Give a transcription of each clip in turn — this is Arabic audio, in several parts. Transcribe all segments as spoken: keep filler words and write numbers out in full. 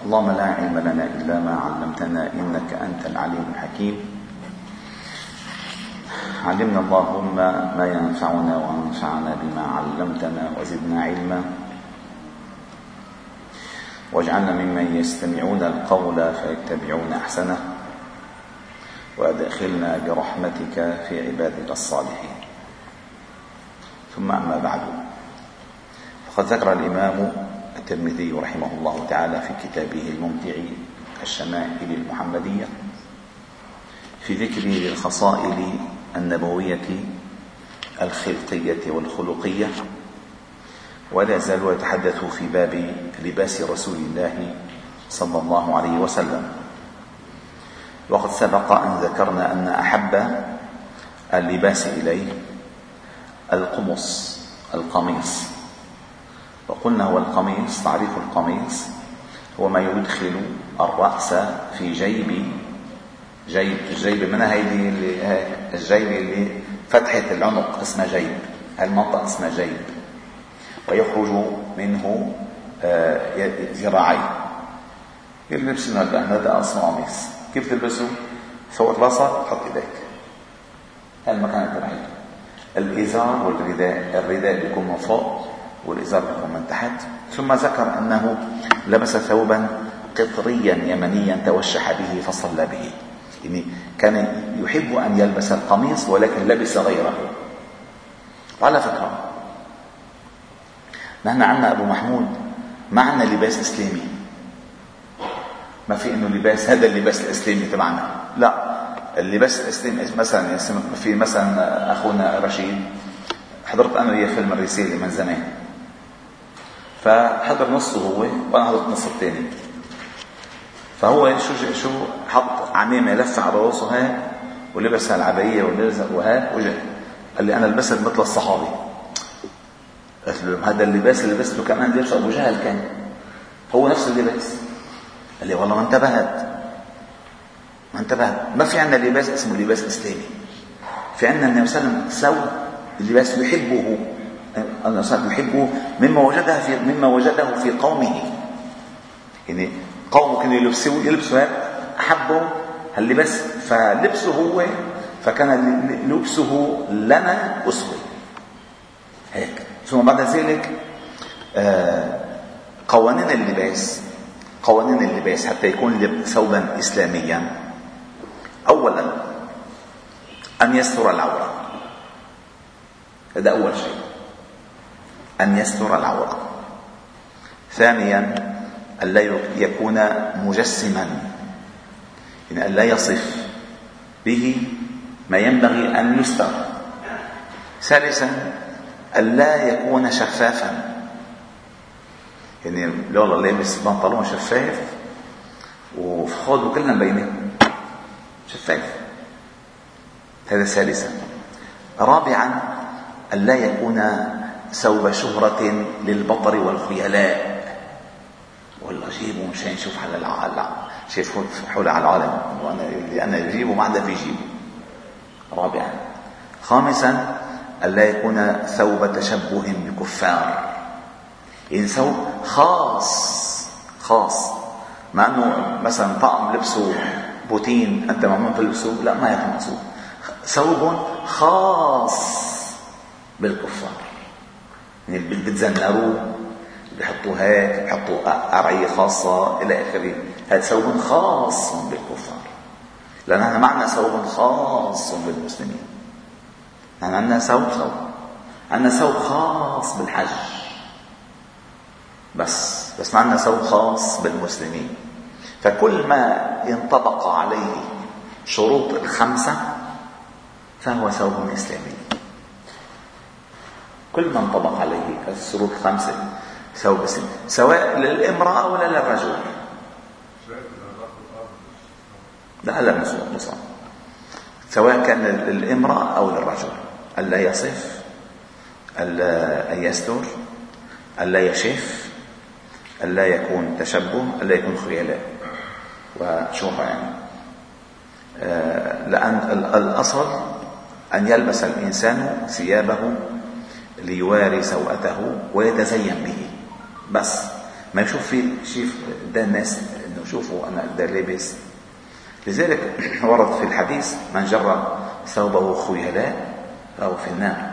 اللهم لا علم لنا إلا ما علمتنا إنك أنت العليم الحكيم. علمنا اللهم ما ينفعنا وانفعنا بما علمتنا وزدنا علما، واجعلنا ممن يستمعون القول فيتبعون أحسنه، وأدخلنا برحمتك في عبادك الصالحين. ثم أما بعد، فقد ذكر الإمام الترمذي رحمه الله تعالى في كتابه الممتع الشمائل المحمدية في ذكر الخصائل النبوية الخلقية والخلقية، ولا يزال يتحدث في باب لباس رسول الله صلى الله عليه وسلم. وقد سبق أن ذكرنا أن أحب اللباس إليه القمص القميص، وقلنا هو القميص، تعريف القميص هو ما يدخل الرأس في جيب جيب الجيب منها هيدي اللي الجيب اللي فتحة العنق اسمها جيب، المنطقة اسمها جيب، ويخرج منه ذراعين. يلبس هذا أصلا قميص. كيف تلبسه؟ فوق راسك تحط ايديك المكان التبعي. الإزار والرداء، الرداء بيكون من فوق والإزار بيكون من تحت. ثم ذكر أنه لبس ثوبا قطريا يمنيا توشح به فصلى به، يعني كان يحب أن يلبس القميص ولكن لبس غيره. وعلى فكرة نحن عنا أبو محمود ما عنا لباس إسلامي، ما في إنه لباس هذا اللباس الإسلامي تبعنا، لا. اللباس الإسلامي مثلا في مثلا أخونا رشيد، حضرت أنا وياه فيلم الرسالة من زمان، فحضر نصه هو وأنا حضرت نص الثاني. فهو شو شو حط عمامة لف على راسه هاي ولبس العباية ولبس وهاي وجه، قال لي أنا لبست مثل الصحابي. قلت له هذا اللباس اللي لبسته كمان لبس أبو جهل كان هو نفس اللباس. قال لي والله ما انتبهت ما انتبهت ما في عندنا لباس اسمه لباس إسلامي، في عندنا النبي صلى الله عليه وسلم سوى اللباس يحبه النبي صلى الله عليه وسلم يحبه مما وجده في مما وجده في قومه، يعني قومه كانوا يلبسوا يلبسوا هذا أحبوا هاللباس فلبسه هو، فكان لبسه لنا أسوة هيك. ثم بعد ذلك قوانين اللباس قوانين اللباس حتى يكون ثوبا إسلاميا. أولا أن يستر العورة، هذا أول شيء، أن يستر العورة. ثانيا أن لا يكون مجسما، يعني أن لا يصف به ما ينبغي أن يستر. ثالثا أن لا يكون شفافا، يعني لو الله لابس بنطلون شفاف وخوضه كلنا مبينه شفاف، هذا ثالثا. رابعا أن لا يكون ثوب شهرة للبطر والخيلاء، والله جيبه مشان يشوف على العالم، شايف حول على العالم وانا اللي انا اجيبه ما عندها في جيبه. رابعا. خامسا ألا يكون ثوب تشبه بكفار، يعني ثوب خاص خاص، مع انه مثلا طقم لبسه بوتين انت ممنوع تلبسه، لا ما يكون مقصود. ثوب خاص بالكفار، يعني بتزنروه بيحطوا هيك بيحطوا قرعية خاصة إلى آخره. هذا ثوب خاص بالكفار، لأن احنا معنا ثوب خاص بالمسلمين. احنا عندنا ثوب ثوب عندنا ثوب خاص بالحج بس بس ما عندنا ثوب خاص بالمسلمين. فكل ما ينطبق عليه شروط الخمسة فهو ثوب إسلامي. كل ما انطبق عليه الشروط الخمسة ثوب إسلامي، سواء للامرأة ولا للرجل. لا لا مصاب سواء كان للامرأة أو للرجل. ألا يصف، ألا يستر، ألا يشف، ألا يكون تشبه، ألا يكون خيلاء وشوفة يعني. لأن الأصل أن يلبس الإنسان ثيابه ليواري سوءته ويتزين به، بس ما يشوف في شيء ده الناس شوفوا أنا أقدر لابس. لذلك ورد في الحديث من جر ثوبه خيلاء فهو في النار.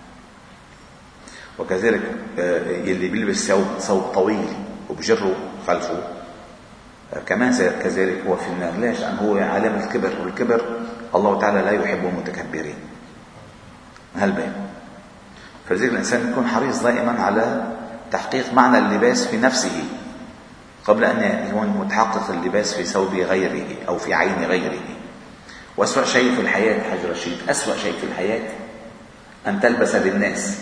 وكذلك يلي بيلبس ثوب ثوب طويل وبجره خلفه كمان كذلك هو في النار. ليش؟ لأنه هو علامة الكبر، والكبر الله تعالى لا يحب المتكبرين. هالبين. فلذلك الإنسان يكون حريص دائما على تحقيق معنى اللباس في نفسه قبل أن يكون متحقق اللباس في ثوب غيره أو في عين غيره. وأسوأ شيء في الحياة حج رشيد، أسوأ شيء في الحياة أن تلبس للناس.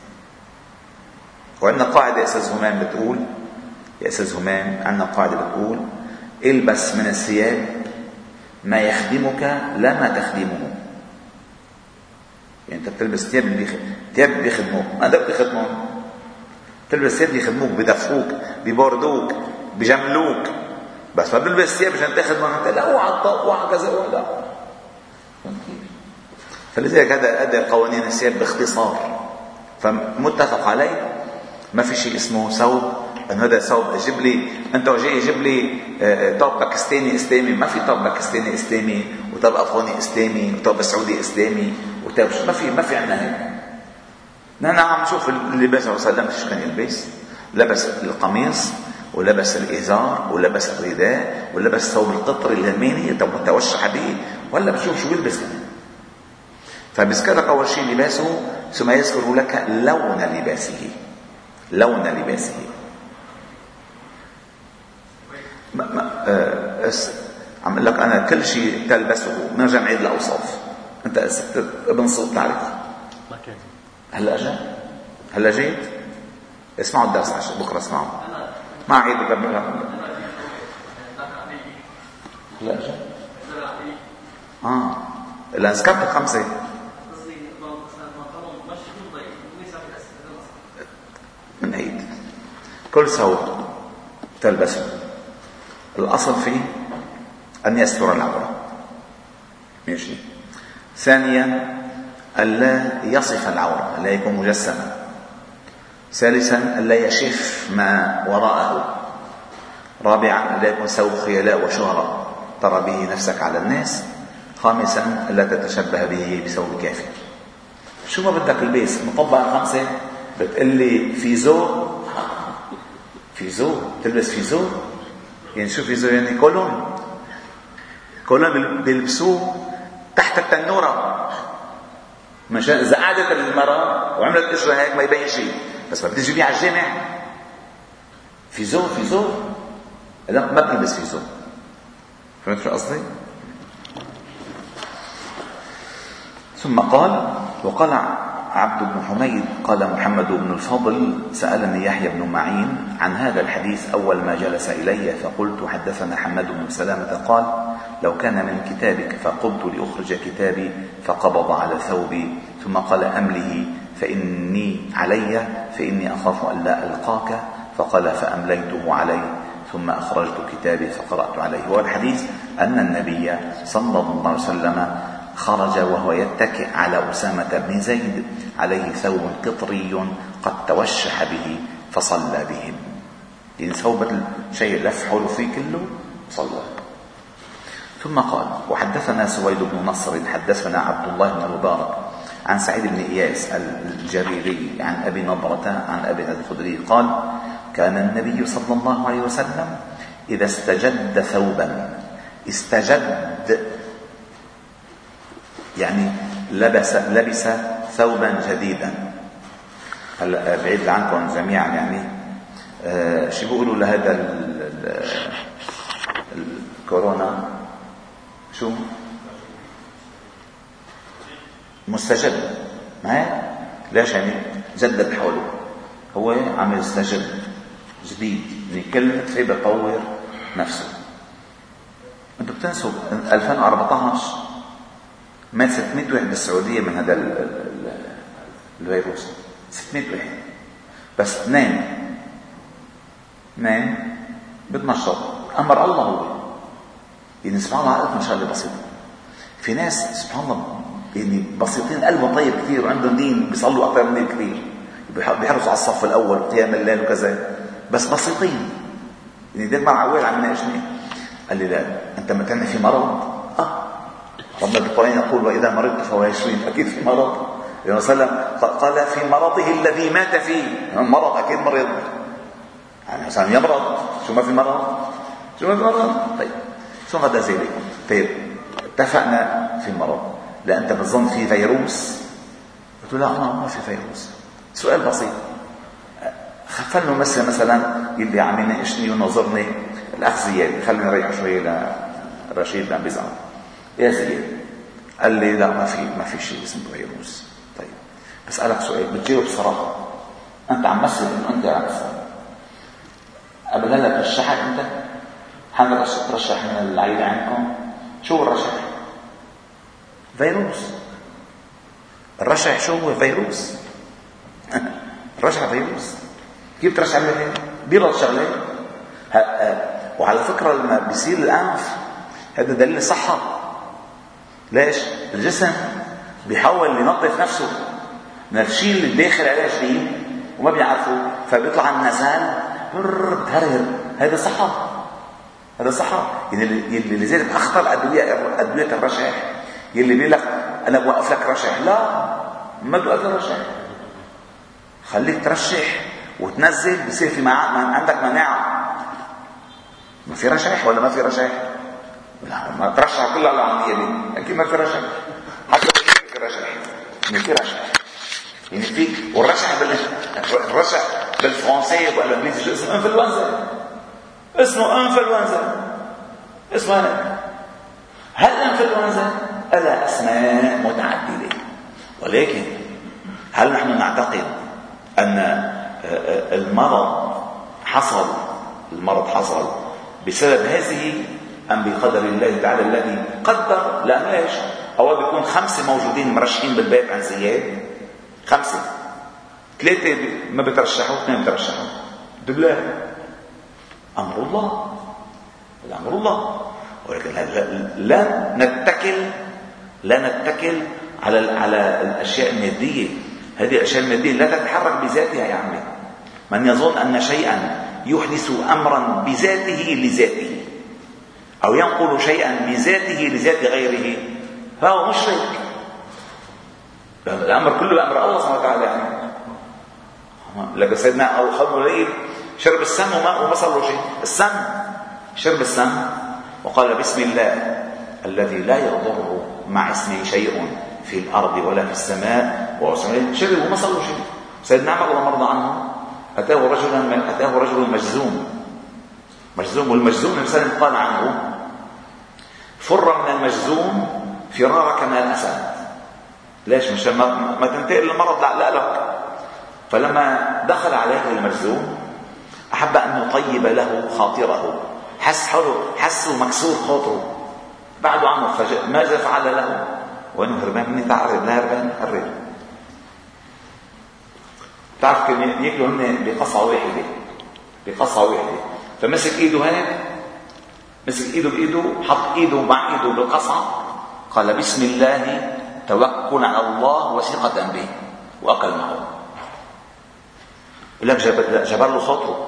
وعندنا قاعدة يا أستاذ همام بتقول يا أستاذ همام عندنا قاعدة بتقول البس من الثياب ما يخدمك لا ما تخدمه. يعني أنت بتلبس ثياب ثياب بيخدموك، ما بدك تخدمهم. تلبس ثياب بيخدموك، بدفوك، بيبردوك، بجملوك، بس ما بلبس ثياب عشان تخدمهم. أنت لا اوعى اوعى كذا ولا. فلذلك هذا هذا قوانين الثياب باختصار. فمتفق عليه ما في شيء اسمه ثوب ان هذا ثوب اجيب لي انت جاي يجيب لي ثوب باكستاني اسلامي. ما في ثوب باكستاني اسلامي وثوب افغاني اسلامي وثوب سعودي اسلامي وثوب ما في ما في عندنا هيك. نحن عم نشوف اللباس صلى الله عليه وسلم ايش كان يلبس. لبس القميص ولبس الازار ولبس الرداء ولبس ثوب القطر اليميني توشح به، ولا بشوف شو بيلبس كمان. فبذكرك اول شيء لباسه ثم يذكر لك لون لباسه. لون لباسه ما ما أه عم لك انا كل شيء تلبسه. نرجع نعيد الاوصاف. انت ابن صوت تعرف هلا اجى هلا جيت اسمعوا الدرس عشان بكره اسمعوا ما عيد هلا اجى اه لا ذكرت الخمسه من عيد. كل ثوب تلبسه الأصل فيه أن يستر العورة. ماشي. ثانيا ألا يصف العورة، لا يكون مجسما. ثالثا ألا يشف ما وراءه. رابعا ألا يكون ثوب خيلاء وشهرة ترى به نفسك على الناس. خامسا ألا تتشبه به بثوب كافر. شو ما بدك البيس مطبق الخمسة بتقلي فيزو فيزو تلبس فيزو يعني شو فيزو يعني كولون كولون بيلبسوه تحت التنورة مشان إذا قعدت المرأة وعملت قشرة هيك ما يبين شيء، بس ما بتجي بيه على الجامع فيزو فيزو لا ما بتلبس فيزو. فهمت شو قصدي؟ ثم قال وقال عبد بن حميد قال محمد بن الفضل سألني يحيى بن معين عن هذا الحديث أول ما جلس إلي فقلت حدثنا حماد بن سلامة قال لو كان من كتابك فقمت لأخرج كتابي فقبض على ثوبي ثم قال أمله فإني علي فإني أخاف أن لا ألقاك فقال فأمليته علي ثم أخرجت كتابي فقرأت عليه. والحديث أن النبي صلى الله عليه وسلم خرج وهو يتكئ على أسامة بن زيد عليه ثوب قطري قد توشح به فصلى بهم. يعني ثوب شيء لف حول فيه كله صلى. ثم قال وحدثنا سويد بن نصر حدثنا عبد الله بن المبارك عن سعيد بن إياس الجريري عن أبي نضرة عن أبي الخدري قال كان النبي صلى الله عليه وسلم إذا استجد ثوبا استجد يعني لبس لبس ثوبا جديدا. هلا بعيد عنكم جميعا يعني آه شو بيقولوا لهذا الكورونا شو مستجد ما ليش يعني جدد حوله هو عم يستجد جديد يعني كل شيء بيطور نفسه. انتم بتنسوا ألفين وأربعة عشر مات ستمائة واحد بالسعودية من هذا الفيروس. ستمائة واحد بس اثنين اثنين بتنشط امر الله هو يعني سبحان الله عقلت من شغله بسيطه. في ناس سبحان الله يعني بسيطين قلبهم طيب كثير وعندهم دين بيصلوا اكثر مني كثير بيحرصوا على الصف الاول وقيام الليل وكذا بس بسيطين يعني دير مع عوال عم يناقشني قال لي لا، انت ما كان في مرض؟ اه ربنا بالقرآن يقول واذا مرضت فهو يشفين، اكيد في مرض. النبي صلى الله عليه وسلم قال في مرضه الذي مات فيه، مرض اكيد مريض يعني مثلا يمرض، شو ما في مرض؟ شو ما في مرض؟ طيب شو هذا زي لي؟ طيب اتفقنا في مرض، لا انت بتظن في فيروس؟ قلت له لا انا ما في فيروس. سؤال بسيط، خفلنا مثل مثلا يلي عم يناقشني ونظرني الاخ زياد، خلينا نريح شوي لرشيد عم بيزعل. يا زياد، قال لي لا ما في ما في شيء اسمه فيروس. طيب بسألك سؤال بتجاوب بصراحة، انت عم مثل انه انت عم تسأل، قبل هلا ترشحت انت؟ حدا ترشح من العيلة عندكم؟ شو الرشح؟ فيروس. الرشح شو هو؟ فيروس. الرشح فيروس. كيف ترشح عليه؟ بيرد شغله. وعلى فكرة لما بيصير الأنف هذا دليل صحة. ليش؟ الجسم بيحاول ينظف نفسه من الشيء اللي داخل عليه جديد وما بيعرفه، فبيطلع النزال بتهرهر. هذا صحة، هذا صحة. يعني اللي لذلك أخطر أدوية أدوية الرشح، يلي بيقول لك أنا بوقف لك رشح، لا ما بوقف لك رشح، خليك ترشح وتنزل بصير في مع... عندك مناعة. ما في رشح ولا ما في رشح؟ لا ما ترشح كلها على عن اليمين، أكيد ما في رشح. حتى في رشح، ما في رشح يعني في. والرشح بال الرشح بالفرنسي والانجليزي اسمه انفلونزا، اسمه انفلونزا، اسمه هذا. هل انفلونزا لها اسماء متعدده، ولكن هل نحن نعتقد ان المرض حصل المرض حصل بسبب هذه ام بقدر الله تعالى الذي قدر؟ لا ليش؟ اول بيكون خمسه موجودين مرشحين بالبيت عن زياد، خمسه، ثلاثه ما بترشحوا، اثنين بترشحوا، بالله امر الله، الامر الله. ولكن لا نتكل لا نتكل على على الاشياء الماديه. هذه الاشياء الماديه لا تتحرك بذاتها يا عمي. من يظن ان شيئا يحدث امرا بذاته لذاته او ينقل شيئا بذاته لذات غيره فهو مشرك. الامر كله امر الله سبحانه وتعالى. يعني لك سيدنا او خمر الليل شرب السم وما صار له شيء، السم شرب السم وقال بسم الله الذي لا يضر مع اسمه شيء في الارض ولا في السماء واسمه، شرب وما صار له شيء. سيدنا عمر الله مرضى عنه اتاه رجل اتاه رجل مجزوم مجزوم والمجزوم مثلا قال عنه فر من المجزوم فرارك من الاسد. ليش؟ مش ما, ما تنتقل المرض لا لك. فلما دخل عليه المجزوم احب ان يطيب له خاطره، حس حلو حسه مكسور خاطره، بعده عنه فجأة. ماذا فعل له؟ وانه هربان مني، تعرض لا هربان قرب. تعرف كم ياكلوا هن بقصعه واحده بقصعه واحده فمسك ايده هيك، مسك ايده بايده، حط ايده مع ايده بالقصعه، قال بسم الله توكل على الله وثقة به، واكل معه. لك جبر له خطوه،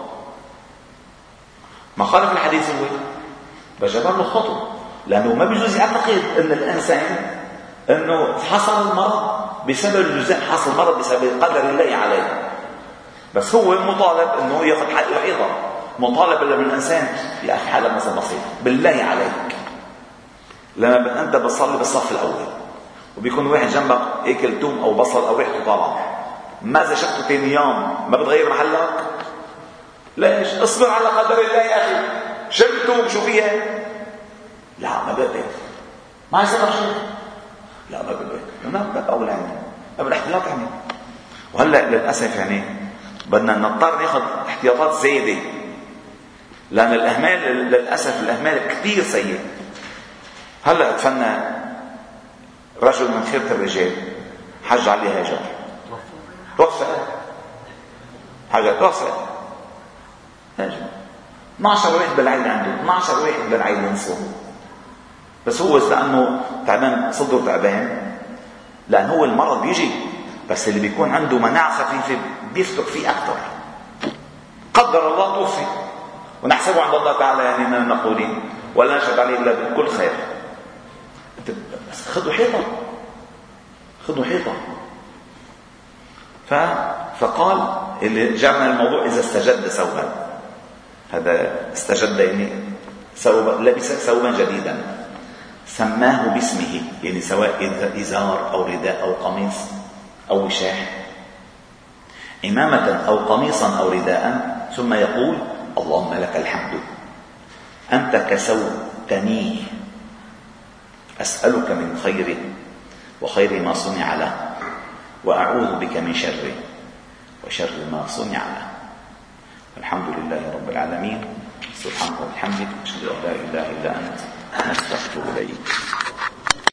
ما قال في الحديث هو بجبر له خطوه، لانه ما بيجوز يعتقد ان الانسان انه حصل المرض بسبب الجزاء، حصل المرض بسبب قدر الله عليه. بس هو مطالب انه ياخذ حقه ايضا، مطالب من الانسان يا اخي حالك مثلا بسيط بالله عليك، لما انت بتصلي بالصف الاول وبيكون واحد جنبك اكل توم او بصل او ريحته طالعه، ماذا شفته ثاني يوم ما بتغير محلك؟ ليش؟ اصبر على قدر الله يا اخي. شرب توم شو فيها؟ لا ما بقدر، ما يصير شيء، لا ما بقدر، انا بدي اقول يعني ما بدي احتياط يعني. وهلا للاسف يعني بدنا نضطر ناخذ احتياطات زايده، لان الاهمال للاسف الاهمال كثير سيء. هلا اتفنى رجل من خيرة الرجال حج عليه هاجر، توفى حاجه توفى هاجر، اثني عشر واحد بالعيله عنده، اثني عشر واحد بالعيله نصهم، بس هو لانه تعبان صدره تعبان، لان هو المرض بيجي، بس اللي بيكون عنده مناعه خفيفه بيفتك فيه اكثر. قدر الله توفي، ونحسبه عند الله تعالى يعني من المقبولين، ولا نشهد عليه إلا بكل خير. بس خذوا حيطة، خذوا حيطة. فقال اللي جعلنا الموضوع إذا استجد ثوبا، هذا استجد يعني ثوب، لبس ثوبا جديدا، سماه باسمه، يعني سواء إزار أو رداء أو قميص أو وشاح، إمامة أو قميصا أو رداء، ثم يقول اللهم لك الحمد أنت كسوتنيه، أسألك من خيره وخير ما صنع له، وأعوذ بك من شره وشر ما صنع له. الحمد لله رب العالمين. سبحانك وبحمدك، أشهد أن لا إله إلا أنت، نستغفرك إليك.